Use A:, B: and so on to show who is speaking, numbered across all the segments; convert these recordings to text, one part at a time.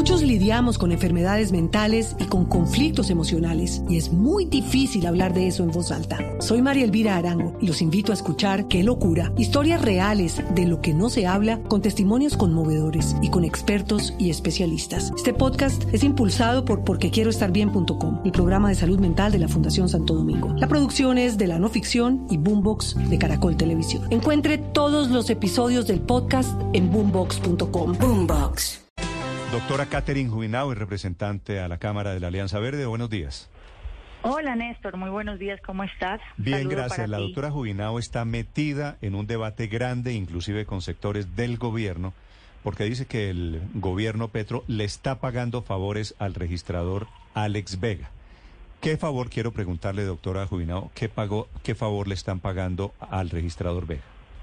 A: Muchos lidiamos con enfermedades mentales y con conflictos emocionales, y es muy difícil hablar de eso en voz alta. Soy María Elvira Arango y los invito a escuchar Qué Locura, historias reales de lo que no se habla, con testimonios conmovedores y con expertos y especialistas. Este podcast es impulsado por porquequieroestarbien.com, el programa de salud mental de la Fundación Santo Domingo. La producción es de La No Ficción y Boombox de Caracol Televisión. Encuentre todos los episodios del podcast en boombox.com. Boombox.
B: Doctora Catherine Jubinao, representante a la Cámara de la Alianza Verde. Buenos días.
C: Hola Néstor, muy buenos días, ¿cómo estás?
B: Bien,
C: Saludo
B: gracias. La doctora Jubinao está metida en un debate grande, inclusive con sectores del gobierno, porque dice que el gobierno Petro le está pagando favores al registrador Alex Vega. ¿Qué favor, quiero preguntarle, doctora Jubinao, qué favor le están pagando al registrador Vega?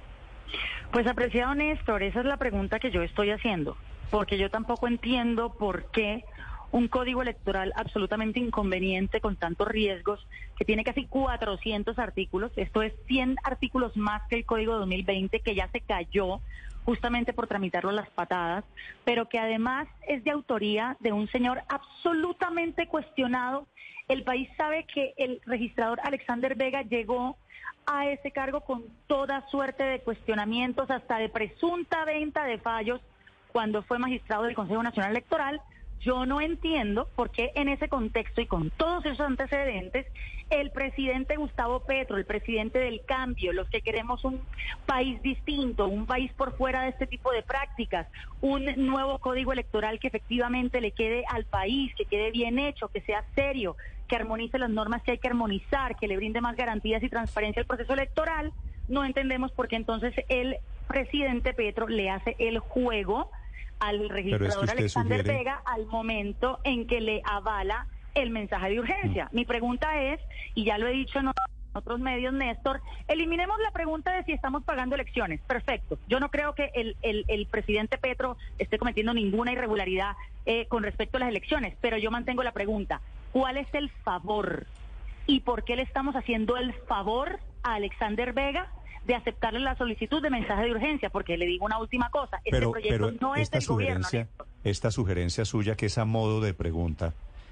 C: Pues apreciado Néstor, esa es la pregunta que yo estoy haciendo, porque yo tampoco entiendo por qué un código electoral absolutamente inconveniente con tantos riesgos, que tiene casi 400 artículos, esto es 100 artículos más que el Código 2020, que ya se cayó justamente por tramitarlo a las patadas, pero que además es de autoría de un señor absolutamente cuestionado. El país sabe que el registrador Alexander Vega llegó a ese cargo con toda suerte de cuestionamientos, hasta de presunta venta de fallos, cuando fue magistrado del Consejo Nacional Electoral. Yo no entiendo por qué en ese contexto y con todos esos antecedentes, el presidente Gustavo Petro, el presidente del cambio, los que queremos un país distinto, un país por fuera de este tipo de prácticas, un nuevo código electoral que efectivamente le quede al país, que quede bien hecho, que sea serio, que armonice las normas que hay que armonizar, que le brinde más garantías y transparencia al proceso electoral, no entendemos por qué entonces el presidente Petro le hace el juego al registrador Alexander Vega al momento en que le avala el mensaje de urgencia. Mi pregunta es, y ya lo he dicho en otros medios, Néstor, eliminemos la pregunta de si estamos pagando elecciones. Perfecto. Yo no creo que el presidente Petro esté cometiendo ninguna irregularidad con respecto a las elecciones, pero yo mantengo la pregunta, ¿cuál es el favor? ¿Y por qué le estamos haciendo el favor a Alexander Vega de aceptarle la solicitud de mensaje de urgencia? Porque le digo una última cosa, este proyecto no es del gobierno.
B: Esta sugerencia suya, que es a modo de pregunta,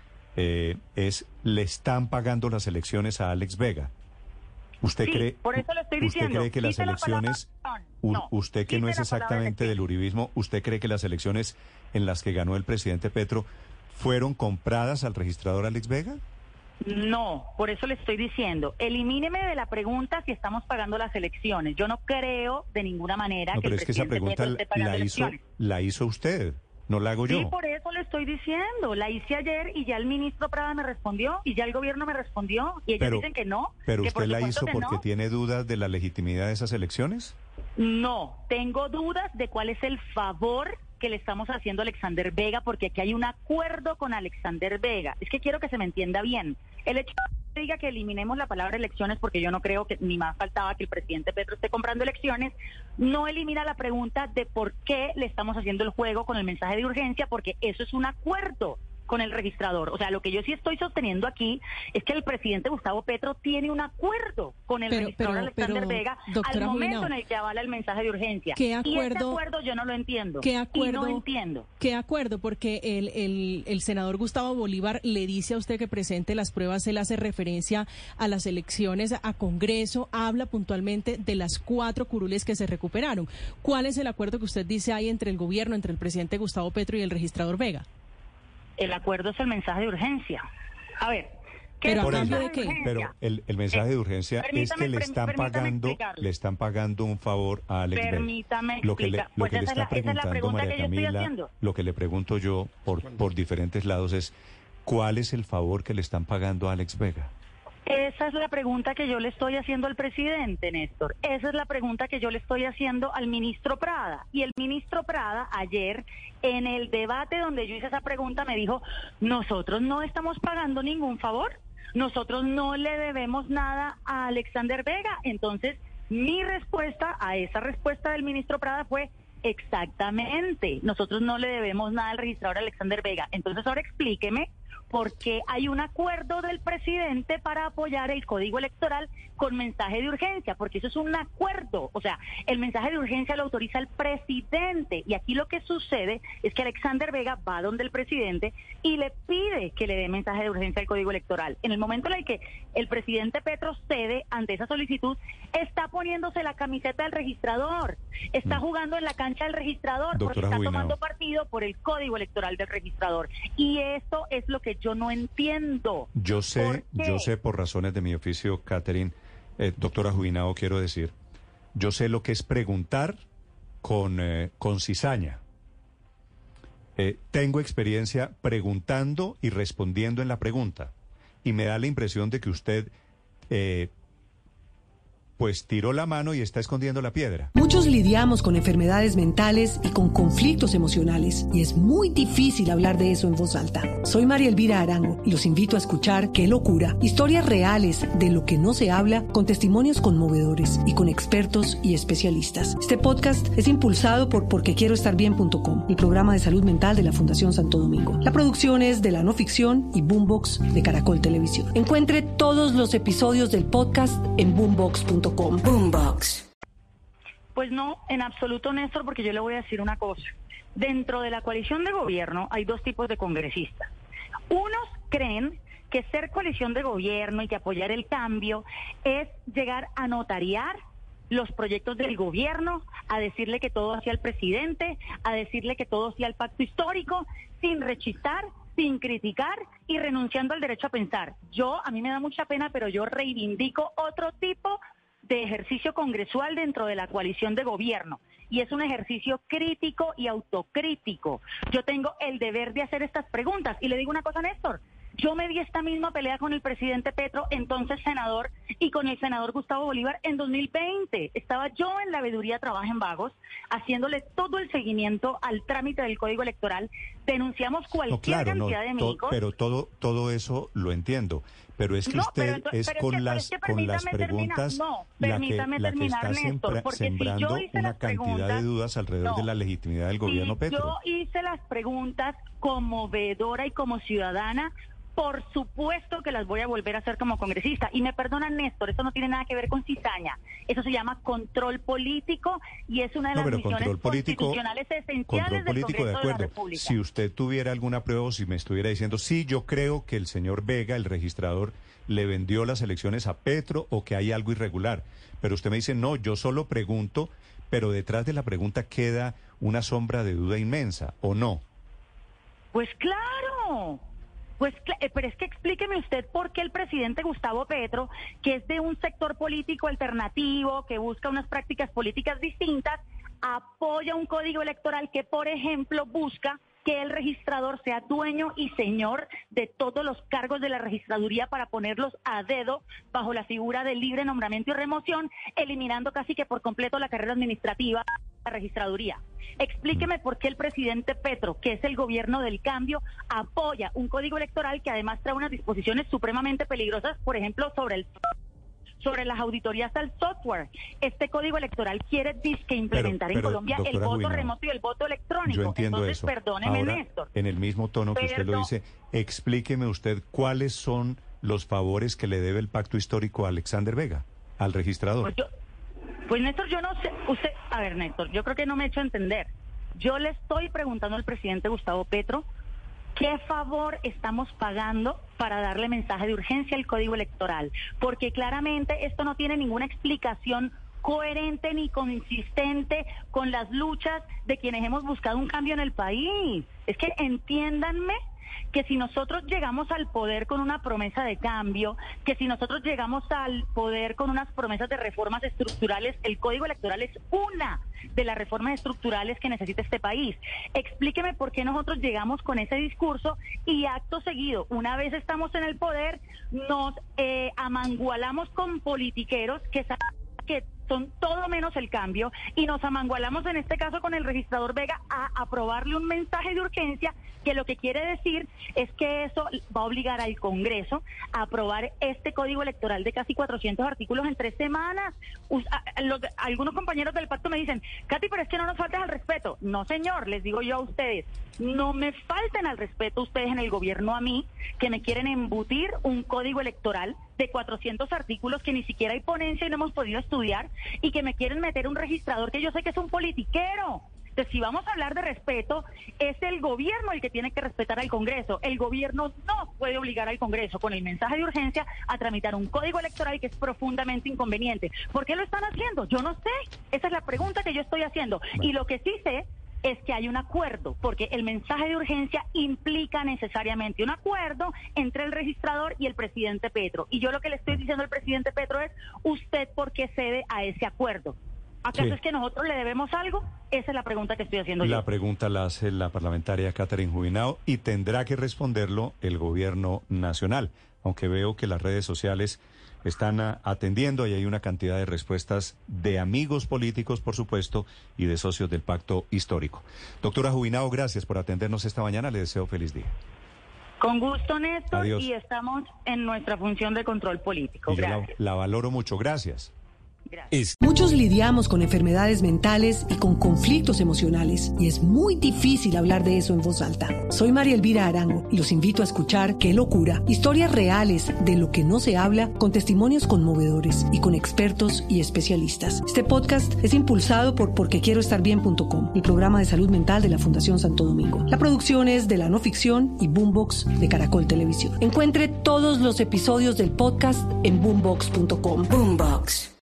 B: ¿le están pagando las elecciones a Alex Vega? ¿Usted cree,
C: por eso lo estoy diciendo.
B: ¿Usted cree que las elecciones, usted que no es exactamente del uribismo, usted cree que las elecciones en las que ganó el presidente Petro fueron compradas al registrador Alex Vega?
C: No, por eso le estoy diciendo, elimíneme de la pregunta si estamos pagando las elecciones. Yo no creo de ninguna manera que el presidente Petro esté pagando elecciones.
B: La hizo usted, no la hago yo.
C: Sí, por eso le estoy diciendo, la hice ayer y ya el ministro Prada me respondió y ya el gobierno me respondió y ellos dicen que no.
B: ¿Pero
C: que
B: usted la hizo porque tiene dudas de la legitimidad de esas elecciones?
C: No, tengo dudas de cuál es el favor que le estamos haciendo a Alexander Vega, porque aquí hay un acuerdo con Alexander Vega. Es que quiero que se me entienda bien. El hecho de que diga que eliminemos la palabra elecciones, porque yo no creo que ni más faltaba que el presidente Petro esté comprando elecciones, no elimina la pregunta de por qué le estamos haciendo el juego con el mensaje de urgencia, porque eso es un acuerdo con el registrador. O sea, lo que yo sí estoy sosteniendo aquí es que el presidente Gustavo Petro tiene un acuerdo con el registrador Alexander Vega al momento en el que avala el mensaje de urgencia.
D: ¿Qué acuerdo?
C: Y ese acuerdo yo no lo entiendo.
D: ¿Qué acuerdo?
C: Y no entiendo.
D: ¿Qué acuerdo? Porque el senador Gustavo Bolívar le dice a usted que presente las pruebas, él hace referencia a las elecciones a Congreso, habla puntualmente de las 4 curules que se recuperaron. ¿Cuál es el acuerdo que usted dice hay entre el gobierno, entre el presidente Gustavo Petro y el registrador Vega?
C: El acuerdo es el mensaje de urgencia. A ver,
D: ¿pero a cambio de qué?
B: Pero el mensaje de urgencia es que le están pagando un favor a Alex Vega.
C: Permítame
B: lo que le está preguntando María Camila, lo que le pregunto yo por diferentes lados es, ¿cuál es el favor que le están pagando a Alex Vega?
C: Esa es la pregunta que yo le estoy haciendo al presidente, Néstor. Esa es la pregunta que yo le estoy haciendo al ministro Prada. Y el ministro Prada ayer, en el debate donde yo hice esa pregunta, me dijo, nosotros no estamos pagando ningún favor, nosotros no le debemos nada a Alexander Vega. Entonces, mi respuesta a esa respuesta del ministro Prada fue, exactamente, nosotros no le debemos nada al registrador Alexander Vega. Entonces, ahora explíqueme porque hay un acuerdo del presidente para apoyar el código electoral con mensaje de urgencia, porque eso es un acuerdo. O sea, el mensaje de urgencia lo autoriza el presidente, y aquí lo que sucede es que Alexander Vega va donde el presidente y le pide que le dé mensaje de urgencia al código electoral. En el momento en el que el presidente Petro cede ante esa solicitud, está poniéndose la camiseta del registrador, está jugando en la cancha del registrador, porque está tomando partido por el código electoral del registrador. Y esto es lo que yo no entiendo.
B: Yo sé por razones de mi oficio, Catherine, doctora Jubinao, quiero decir, yo sé lo que es preguntar con cizaña. Tengo experiencia preguntando y respondiendo en la pregunta. Y me da la impresión de que usted pues tiró la mano y está escondiendo la piedra.
A: Muchos lidiamos con enfermedades mentales y con conflictos emocionales, y es muy difícil hablar de eso en voz alta. Soy María Elvira Arango y los invito a escuchar Qué locura, historias reales de lo que no se habla, con testimonios conmovedores y con expertos y especialistas. Este podcast es impulsado por porquequieroestarbien.com, el programa de salud mental de la Fundación Santo Domingo. La producción es de La No Ficción y Boombox de Caracol Televisión. Encuentre todos los episodios del podcast en boombox.com. Boombox.
C: Pues no, en absoluto, Néstor, porque yo le voy a decir una cosa. Dentro de la coalición de gobierno hay dos tipos de congresistas. Unos creen que ser coalición de gobierno y que apoyar el cambio es llegar a notariar los proyectos del gobierno, a decirle que todo hacia el presidente, a decirle que todo hacia el pacto histórico, sin rechistar, sin criticar y renunciando al derecho a pensar. A mí me da mucha pena, pero yo reivindico otro tipo de ejercicio congresual dentro de la coalición de gobierno, y es un ejercicio crítico y autocrítico. Yo tengo el deber de hacer estas preguntas, y le digo una cosa, Néstor, yo me di esta misma pelea con el presidente Petro, entonces senador, y con el senador Gustavo Bolívar en 2020. Estaba yo en la veeduría Trabaja en Vagos, haciéndole todo el seguimiento al trámite del Código Electoral. Denunciamos cualquier cantidad de amigos.
B: Pero todo eso lo entiendo. Pero es que usted con las preguntas la que está sembrando una cantidad de dudas alrededor de la legitimidad del gobierno Petro.
C: Yo hice las preguntas como veedora y como ciudadana. Por supuesto que las voy a volver a hacer como congresista. Y me perdonan, Néstor, esto no tiene nada que ver con cizaña. Eso se llama control político y es una de las misiones constitucionales esenciales del Congreso de la República.
B: Si usted tuviera alguna prueba o si me estuviera diciendo, sí, yo creo que el señor Vega, el registrador, le vendió las elecciones a Petro o que hay algo irregular. Pero usted me dice, no, yo solo pregunto, pero detrás de la pregunta queda una sombra de duda inmensa, ¿o no?
C: Pues claro. Pero es que explíqueme usted por qué el presidente Gustavo Petro, que es de un sector político alternativo, que busca unas prácticas políticas distintas, apoya un código electoral que, por ejemplo, busca que el registrador sea dueño y señor de todos los cargos de la registraduría para ponerlos a dedo bajo la figura del libre nombramiento y remoción, eliminando casi que por completo la carrera administrativa de la registraduría. Explíqueme por qué el presidente Petro, que es el gobierno del cambio, apoya un código electoral que además trae unas disposiciones supremamente peligrosas, por ejemplo, sobre las auditorías al software. Este código electoral quiere implementar en Colombia el voto remoto y el voto electrónico.
B: Yo entiendo.
C: Entonces,
B: eso.
C: Perdóneme,
B: Ahora,
C: Néstor.
B: En el mismo tono que usted lo dice, explíqueme usted cuáles son los favores que le debe el pacto histórico a Alexander Vega, al registrador.
C: Pues Néstor, yo no sé, Néstor, yo creo que no me he hecho entender. Yo le estoy preguntando al presidente Gustavo Petro ¿qué favor estamos pagando para darle mensaje de urgencia al Código Electoral? Porque claramente esto no tiene ninguna explicación coherente ni consistente con las luchas de quienes hemos buscado un cambio en el país. Es que entiéndanme que si nosotros llegamos al poder con una promesa de cambio, que si nosotros llegamos al poder con unas promesas de reformas estructurales, el Código Electoral es una de las reformas estructurales que necesita este país. Explíqueme por qué nosotros llegamos con ese discurso y acto seguido, una vez estamos en el poder, nos amangualamos con politiqueros que saben que son todo menos el cambio, y nos amangualamos en este caso con el registrador Vega a aprobarle un mensaje de urgencia que lo que quiere decir es que eso va a obligar al Congreso a aprobar este código electoral de casi 400 artículos en 3 semanas. Algunos compañeros del pacto me dicen, Katy, pero es que no nos faltes al respeto. No, señor, les digo yo a ustedes, no me falten al respeto ustedes en el gobierno a mí, que me quieren embutir un código electoral de 400 artículos que ni siquiera hay ponencia y no hemos podido estudiar, y que me quieren meter un registrador que yo sé que es un politiquero. Entonces, si vamos a hablar de respeto, es el gobierno el que tiene que respetar al Congreso. El gobierno no puede obligar al Congreso con el mensaje de urgencia a tramitar un código electoral que es profundamente inconveniente. ¿Por qué lo están haciendo? Yo no sé. Esa es la pregunta que yo estoy haciendo. Bueno. Y lo que sí sé es que hay un acuerdo, porque el mensaje de urgencia implica necesariamente un acuerdo entre el registrador y el presidente Petro. Y yo lo que le estoy diciendo al presidente Petro es, ¿usted por qué cede a ese acuerdo? ¿Acaso es que nosotros le debemos algo? Esa es la pregunta que estoy haciendo yo.
B: La pregunta la hace la parlamentaria Catherine Jubinao y tendrá que responderlo el gobierno nacional, aunque veo que las redes sociales están atendiendo y hay una cantidad de respuestas de amigos políticos, por supuesto, y de socios del pacto histórico. Doctora Jubinao, gracias por atendernos esta mañana. Le deseo feliz día.
C: Con gusto, Néstor.
B: Adiós.
C: Y estamos en nuestra función de control político.
B: Y
C: gracias.
B: Yo la valoro mucho. Gracias.
A: Muchos lidiamos con enfermedades mentales y con conflictos emocionales, y es muy difícil hablar de eso en voz alta. Soy María Elvira Arango y los invito a escuchar Qué locura, historias reales de lo que no se habla, con testimonios conmovedores y con expertos y especialistas. Este podcast es impulsado por porquequieroestarbien.com, el programa de salud mental de la Fundación Santo Domingo. La producción es de La No Ficción y Boombox de Caracol Televisión. Encuentre todos los episodios del podcast en boombox.com. Boombox.